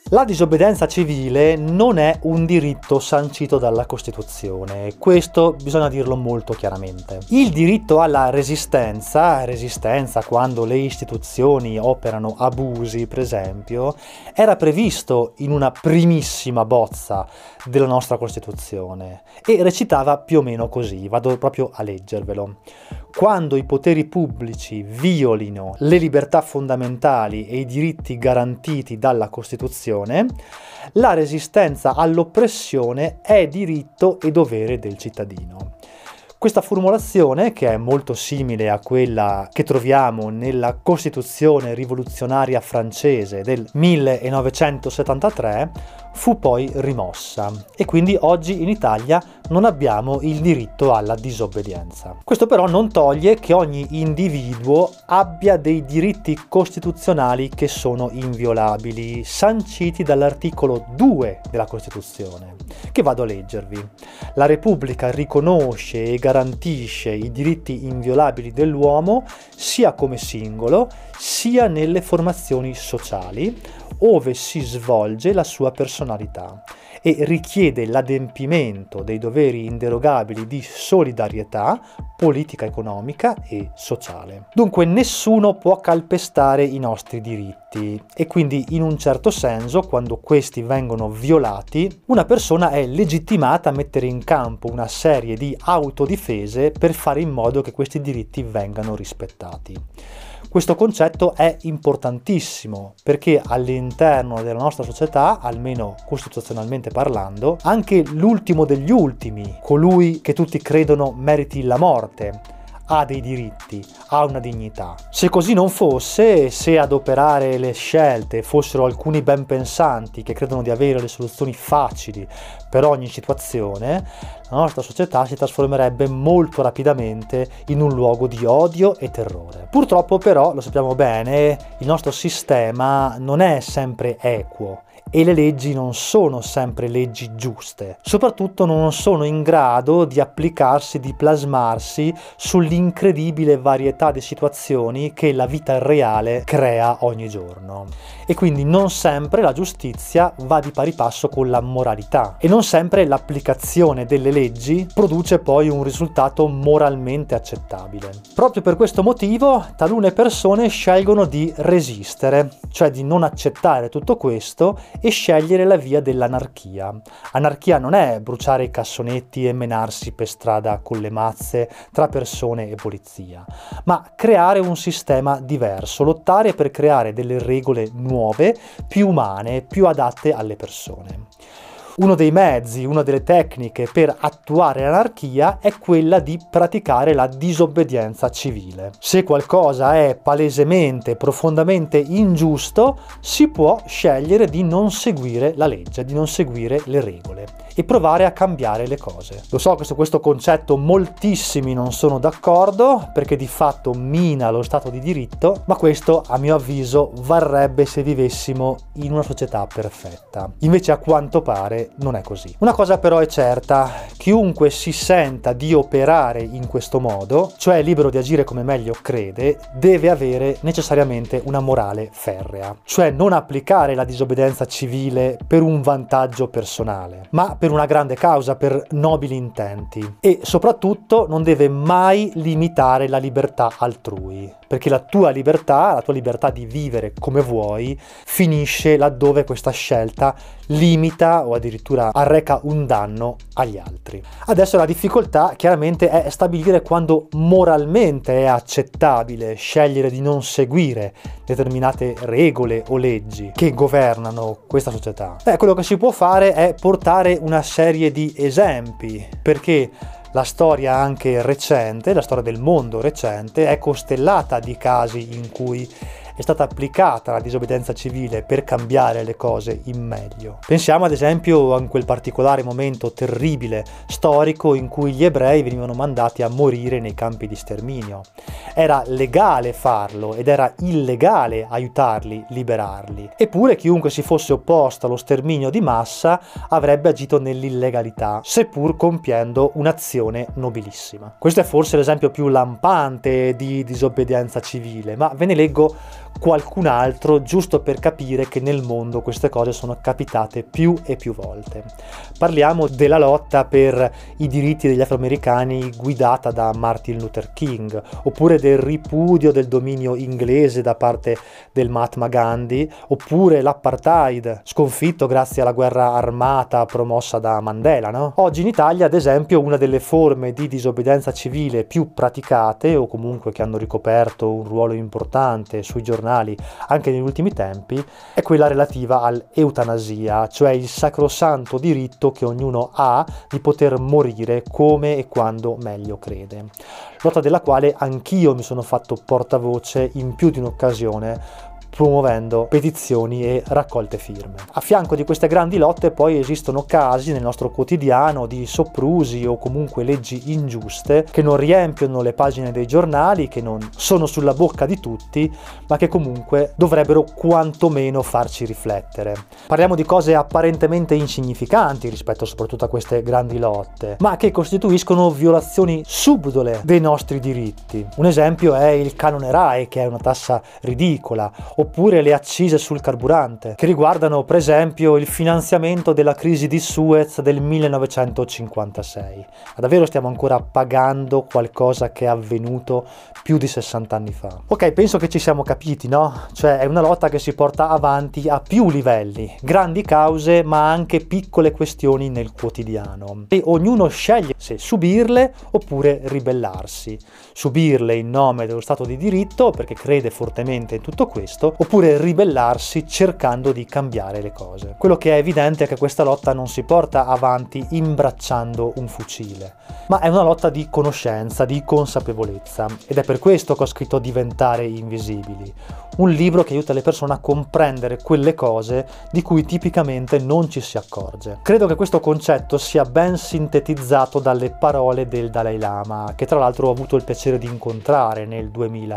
La disobbedienza civile non è un diritto sancito dalla Costituzione, questo bisogna dirlo molto chiaramente. Il diritto alla resistenza quando le istituzioni operano abusi, per esempio, era previsto in una primissima bozza della nostra Costituzione e recitava più o meno così, vado proprio a leggervelo. Quando i poteri pubblici violino le libertà fondamentali e i diritti garantiti dalla Costituzione, la resistenza all'oppressione è diritto e dovere del cittadino. Questa formulazione, che è molto simile a quella che troviamo nella Costituzione rivoluzionaria francese del 1973, fu poi rimossa e quindi oggi in Italia non abbiamo il diritto alla disobbedienza. Questo però non toglie che ogni individuo abbia dei diritti costituzionali che sono inviolabili, sanciti dall'articolo 2 della Costituzione, che vado a leggervi. La Repubblica riconosce e garantisce i diritti inviolabili dell'uomo sia come singolo, sia nelle formazioni sociali, ove si svolge la sua personalità e richiede l'adempimento dei doveri inderogabili di solidarietà politica, economica e sociale. Dunque nessuno può calpestare i nostri diritti e quindi in un certo senso, quando questi vengono violati, una persona è legittimata a mettere in campo una serie di autodifese per fare in modo che questi diritti vengano rispettati. Questo concetto è importantissimo perché all'interno della nostra società, almeno costituzionalmente parlando, anche l'ultimo degli ultimi, colui che tutti credono meriti la morte, ha dei diritti, ha una dignità. Se così non fosse, se ad operare le scelte fossero alcuni ben pensanti che credono di avere le soluzioni facili per ogni situazione, la nostra società si trasformerebbe molto rapidamente in un luogo di odio e terrore. Purtroppo però, lo sappiamo bene, il nostro sistema non è sempre equo e le leggi non sono sempre leggi giuste, soprattutto non sono in grado di applicarsi, di plasmarsi sull'incredibile varietà di situazioni che la vita reale crea ogni giorno. E quindi non sempre la giustizia va di pari passo con la moralità e non sempre l'applicazione delle leggi produce poi un risultato moralmente accettabile. Proprio per questo motivo talune persone scelgono di resistere, cioè di non accettare tutto questo e scegliere la via dell'anarchia. Anarchia non è bruciare i cassonetti e menarsi per strada con le mazze tra persone e polizia, ma creare un sistema diverso, lottare per creare delle regole nuove, più umane, più adatte alle persone. Uno dei mezzi, una delle tecniche per attuare l'anarchia è quella di praticare la disobbedienza civile. Se qualcosa è palesemente, profondamente ingiusto, si può scegliere di non seguire la legge, di non seguire le regole e provare a cambiare le cose. Lo so che su questo concetto moltissimi non sono d'accordo perché di fatto mina lo Stato di diritto, ma questo a mio avviso varrebbe se vivessimo in una società perfetta. Invece a quanto pare non è così. Una cosa però è certa: chiunque si senta di operare in questo modo, cioè libero di agire come meglio crede, deve avere necessariamente una morale ferrea, cioè non applicare la disobbedienza civile per un vantaggio personale, ma per una grande causa, per nobili intenti, e soprattutto non deve mai limitare la libertà altrui, perché la tua libertà di vivere come vuoi, finisce laddove questa scelta limita o addirittura arreca un danno agli altri. Adesso la difficoltà chiaramente è stabilire quando moralmente è accettabile scegliere di non seguire determinate regole o leggi che governano questa società. Quello che si può fare è portare una serie di esempi, perché la storia anche recente, la storia del mondo recente, è costellata di casi in cui è stata applicata la disobbedienza civile per cambiare le cose in meglio. Pensiamo ad esempio a quel particolare momento terribile storico in cui gli ebrei venivano mandati a morire nei campi di sterminio. Era legale farlo ed era illegale aiutarli, liberarli. Eppure chiunque si fosse opposto allo sterminio di massa avrebbe agito nell'illegalità, seppur compiendo un'azione nobilissima. Questo è forse l'esempio più lampante di disobbedienza civile, ma ve ne leggo qualcun altro, giusto per capire che nel mondo queste cose sono capitate più e più volte. Parliamo della lotta per i diritti degli afroamericani guidata da Martin Luther King, oppure del ripudio del dominio inglese da parte del Mahatma Gandhi, oppure l'apartheid sconfitto grazie alla guerra armata promossa da Mandela, no? Oggi in Italia, ad esempio, una delle forme di disobbedienza civile più praticate, o comunque che hanno ricoperto un ruolo importante sui giornali anche negli ultimi tempi, è quella relativa all'eutanasia, cioè il sacrosanto diritto che ognuno ha di poter morire come e quando meglio crede. Lotta della quale anch'io mi sono fatto portavoce in più di un'occasione, promuovendo petizioni e raccolte firme. A fianco di queste grandi lotte poi esistono casi nel nostro quotidiano di soprusi o comunque leggi ingiuste che non riempiono le pagine dei giornali, che non sono sulla bocca di tutti, ma che comunque dovrebbero quantomeno farci riflettere. Parliamo di cose apparentemente insignificanti rispetto soprattutto a queste grandi lotte, ma che costituiscono violazioni subdole dei nostri diritti. Un esempio è il canone RAI, che è una tassa ridicola, oppure le accise sul carburante, che riguardano per esempio il finanziamento della crisi di Suez del 1956. Ma davvero stiamo ancora pagando qualcosa che è avvenuto più di 60 anni fa? Ok, penso che ci siamo capiti, no? Cioè è una lotta che si porta avanti a più livelli, grandi cause ma anche piccole questioni nel quotidiano. E ognuno sceglie se subirle oppure ribellarsi. Subirle in nome dello Stato di diritto perché crede fortemente in tutto questo, oppure ribellarsi cercando di cambiare le cose. Quello che è evidente è che questa lotta non si porta avanti imbracciando un fucile, ma è una lotta di conoscenza, di consapevolezza, ed è per questo che ho scritto Diventare invisibili, un libro che aiuta le persone a comprendere quelle cose di cui tipicamente non ci si accorge. Credo che questo concetto sia ben sintetizzato dalle parole del Dalai Lama, che tra l'altro ho avuto il piacere di incontrare nel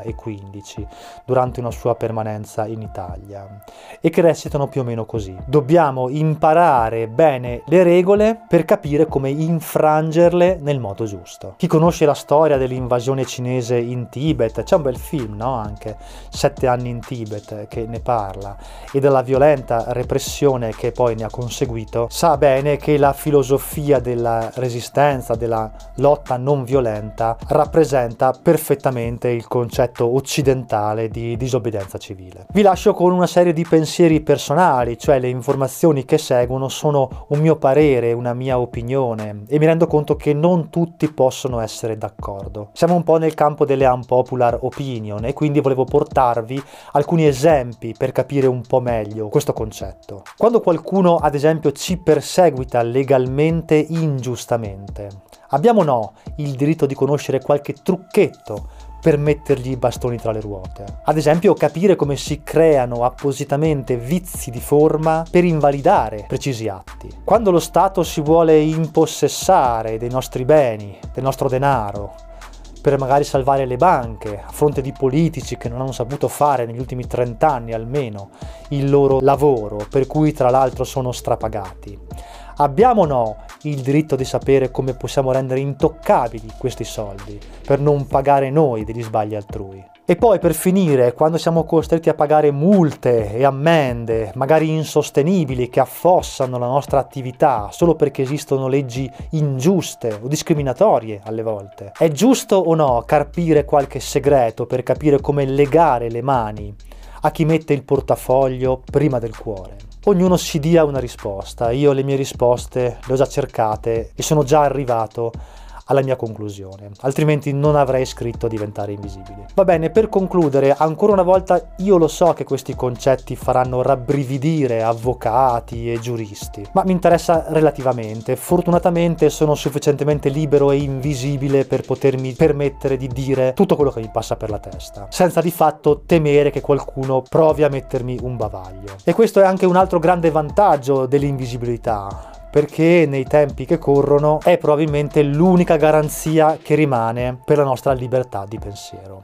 2015 durante una sua permanenza in Italia, e che recitano più o meno così: dobbiamo imparare bene le regole per capire come infrangerle nel modo giusto. Chi conosce la storia dell'invasione cinese in Tibet, c'è un bel film, no? Anche 7 anni in Tibet, che ne parla, e della violenta repressione che poi ne ha conseguito, sa bene che la filosofia della resistenza, della lotta non violenta, rappresenta perfettamente il concetto occidentale di disobbedienza civile. Vi lascio con una serie di pensieri personali, cioè le informazioni che seguono sono un mio parere, una mia opinione, e mi rendo conto che non tutti possono essere d'accordo. Siamo un po' nel campo delle unpopular opinion e quindi volevo portarvi alcuni esempi per capire un po' meglio questo concetto. Quando qualcuno, ad esempio, ci perseguita legalmente ingiustamente, abbiamo no il diritto di conoscere qualche trucchetto per mettergli i bastoni tra le ruote. Ad esempio, capire come si creano appositamente vizi di forma per invalidare precisi atti. Quando lo Stato si vuole impossessare dei nostri beni, del nostro denaro, per magari salvare le banche, a fronte di politici che non hanno saputo fare negli ultimi 30 anni almeno il loro lavoro, per cui tra l'altro sono strapagati. Abbiamo no il diritto di sapere come possiamo rendere intoccabili questi soldi per non pagare noi degli sbagli altrui. E poi per finire, quando siamo costretti a pagare multe e ammende, magari insostenibili, che affossano la nostra attività solo perché esistono leggi ingiuste o discriminatorie alle volte, è giusto o no carpire qualche segreto per capire come legare le mani a chi mette il portafoglio prima del cuore? Ognuno si dia una risposta. Io le mie risposte le ho già cercate e sono già arrivato alla mia conclusione, altrimenti non avrei scritto Diventare invisibili. Va bene, per concludere, ancora una volta io lo so che questi concetti faranno rabbrividire avvocati e giuristi, ma mi interessa relativamente. Fortunatamente sono sufficientemente libero e invisibile per potermi permettere di dire tutto quello che mi passa per la testa, senza di fatto temere che qualcuno provi a mettermi un bavaglio. E questo è anche un altro grande vantaggio dell'invisibilità, perché nei tempi che corrono è probabilmente l'unica garanzia che rimane per la nostra libertà di pensiero.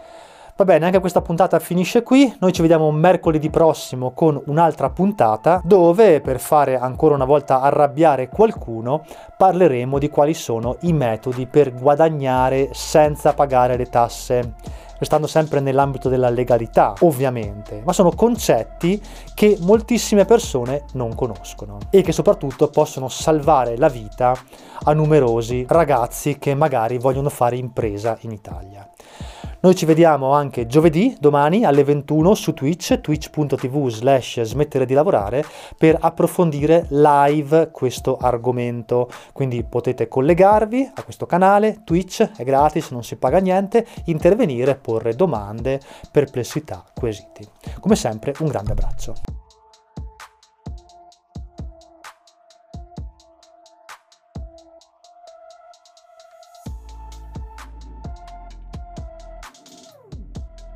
Va bene, anche questa puntata finisce qui. Noi ci vediamo mercoledì prossimo con un'altra puntata dove, per fare ancora una volta arrabbiare qualcuno, parleremo di quali sono i metodi per guadagnare senza pagare le tasse restando sempre nell'ambito della legalità, ovviamente, ma sono concetti che moltissime persone non conoscono e che soprattutto possono salvare la vita a numerosi ragazzi che magari vogliono fare impresa in Italia. Noi ci vediamo anche giovedì, domani alle 21 su Twitch, twitch.tv/smettere di lavorare, per approfondire live questo argomento. Quindi potete collegarvi a questo canale, Twitch è gratis, non si paga niente, intervenire, porre domande, perplessità, quesiti. Come sempre un grande abbraccio.